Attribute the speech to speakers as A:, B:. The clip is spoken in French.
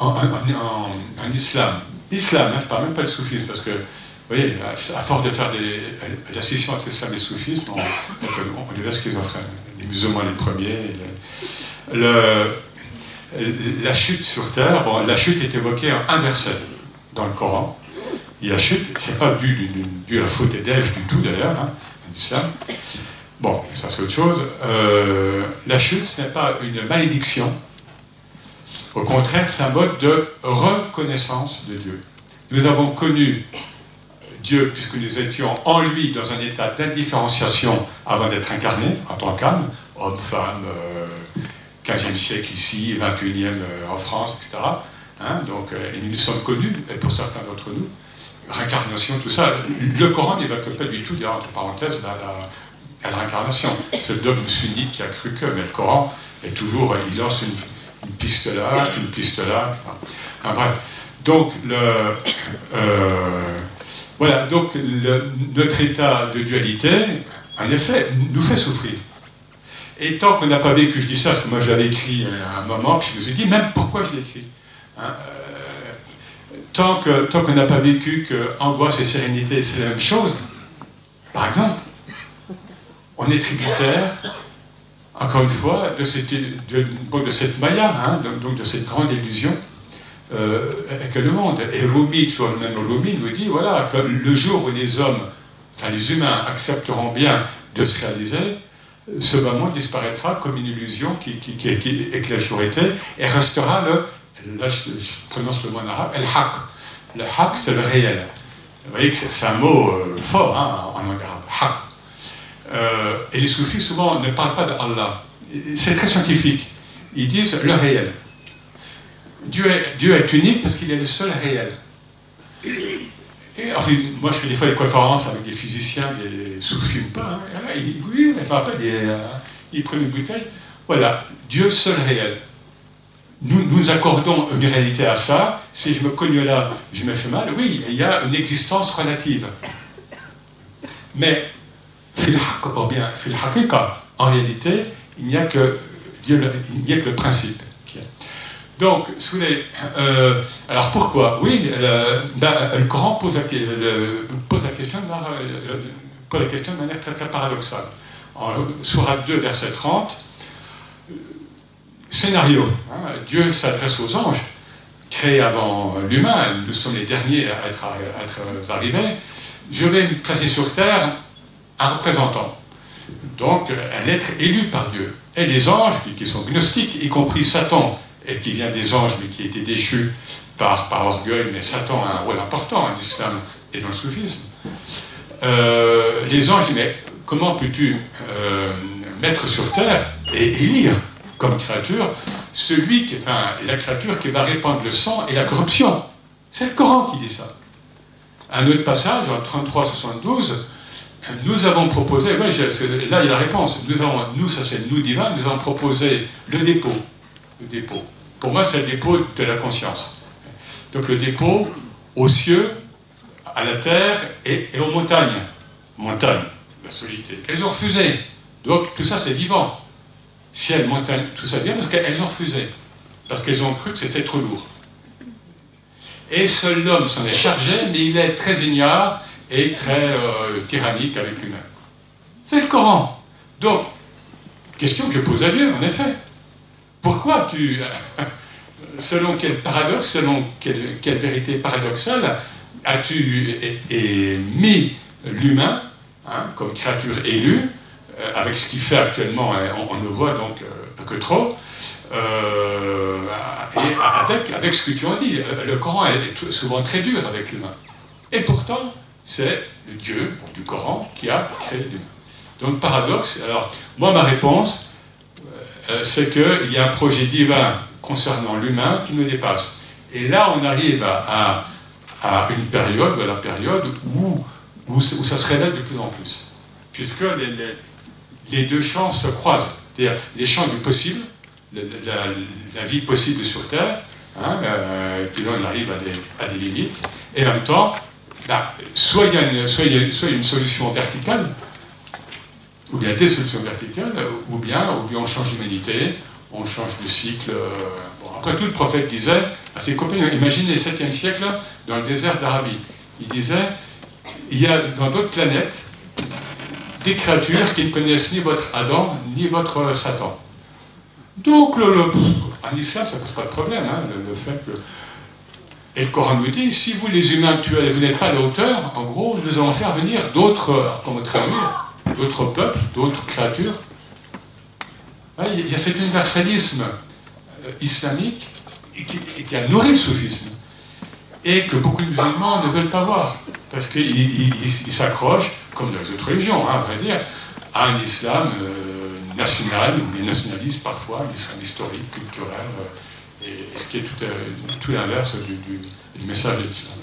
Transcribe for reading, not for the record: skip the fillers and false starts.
A: en islam. L'islam, je ne parle même pas du soufisme, parce que, vous voyez, à force de faire la scission entre l'islam et le soufisme, on devient schizophrène. Les musulmans les premiers. La chute sur terre, bon, la chute est évoquée en un verset dans le Coran. Et la chute, c'est pas dû à la faute d'Ève du tout d'ailleurs, hein, en islam. Bon, ça c'est autre chose. La chute, ce n'est pas une malédiction. Au contraire, c'est un mode de reconnaissance de Dieu. Nous avons connu Dieu puisque nous étions en lui dans un état d'indifférenciation avant d'être incarnés en tant qu'âme, homme, femme, 15e siècle ici, 21e en France, etc. Hein, donc, et nous nous sommes connus, et pour certains d'entre nous, réincarnation, tout ça. Le Coran n'évoque pas du tout, d'ailleurs, entre parenthèses, la réincarnation. C'est le dogme sunnite qui a cru que, mais le Coran est toujours, il lance une piste là, une piste là, etc. Enfin, bref. Donc, voilà, donc notre état de dualité, en effet, nous fait souffrir. Et tant qu'on n'a pas vécu, je dis ça parce que moi j'avais écrit à un moment, puis je me suis dit même pourquoi je l'ai écrit. Hein, tant qu'on n'a pas vécu que angoisse et sérénité c'est la même chose, par exemple, on est tributaire, encore une fois, de cette maya, hein, donc de cette grande illusion que le monde. Et Rumi, toujours le même Rumi, nous dit voilà, que le jour où les hommes, enfin les humains, accepteront bien de se réaliser, ce moment disparaîtra comme une illusion qui éclaire été, et restera là je prononce le mot en arabe, el haq. Le haq, c'est le réel. Vous voyez que c'est un mot fort hein, en langue arabe, haq. Et les soufis, souvent, ne parlent pas d'Allah. C'est très scientifique. Ils disent le réel. Dieu est unique parce qu'il est le seul réel. Et, enfin, moi, je fais des fois des conférences avec des physiciens, des soufis ou pas. Hein, et là, oui, je me rappelle, ils prennent une bouteille. Voilà, Dieu seul réel. Nous accordons une réalité à ça. Si je me cogne là, je me fais mal. Oui, il y a une existence relative. Mais, ou bien, en réalité, il n'y a que Dieu, il n'y a que le principe. Donc, alors pourquoi? Oui, le Coran pose la question de manière très, très paradoxale. En Sourate 2, verset 30, scénario. Hein, Dieu s'adresse aux anges, créés avant l'humain, nous sommes les derniers à être arrivés. Je vais me placer sur terre un représentant. Donc, un être élu par Dieu. Et les anges, qui sont gnostiques, y compris Satan, et qui vient des anges, mais qui a été déchu par orgueil, mais Satan a un rôle important en islam et dans le soufisme. Les anges disent, mais comment peux-tu mettre sur terre et élire comme créature la créature qui va répandre le sang et la corruption? C'est le Coran qui dit ça. Un autre passage, en 33-72, nous avons proposé, là il y a la réponse, nous ça c'est nous divins, nous avons proposé le dépôt. Le dépôt. Pour moi, c'est le dépôt de la conscience. Donc le dépôt aux cieux, à la terre et aux montagnes. Montagne, la solitude. Elles ont refusé. Donc tout ça, c'est vivant. Ciel, montagne, tout ça vient parce qu'elles ont refusé. Parce qu'elles ont cru que c'était trop lourd. Et seul l'homme s'en est chargé, mais il est très ignare et très tyrannique avec lui-même. C'est le Coran. Donc, question que je pose à Dieu, en effet. Pourquoi selon quel paradoxe, selon quelle vérité paradoxale, as-tu mis l'humain hein, comme créature élue, avec ce qu'il fait actuellement, on ne voit donc que trop, et avec ce que tu en dis. Le Coran est souvent très dur avec l'humain. Et pourtant, c'est le Dieu du Coran qui a créé l'humain. Donc, paradoxe. Alors, moi, ma réponse, c'est qu'il y a un projet divin concernant l'humain qui nous dépasse. Et là, on arrive à une période, la période où ça se révèle de plus en plus. Puisque les deux champs se croisent. C'est-à-dire les champs du possible, la vie possible sur Terre, hein, puis là on arrive à des limites, et en même temps, soit il y a une solution verticale, ou bien des solutions verticales, ou bien on change d'humanité, on change de cycle. Bon, après tout, le prophète disait à ses compagnons. Imaginez, 7e siècle, dans le désert d'Arabie. Il disait, il y a dans d'autres planètes des créatures qui ne connaissent ni votre Adam, ni votre Satan. Donc, en islam, ça ne pose pas de problème, hein, le fait que... Et le Coran nous dit, si vous, les humains actuels, vous n'êtes pas à la hauteur, en gros, nous allons faire venir d'autres, comment traduire, d'autres peuples, d'autres créatures. Il y a cet universalisme islamique qui a nourri le soufisme et que beaucoup de musulmans ne veulent pas voir parce qu'ils s'accrochent, comme dans les autres religions, hein, à vrai dire, à un islam national ou des nationalistes parfois, un islam historique, culturel, et ce qui est tout l'inverse du message de l'islam.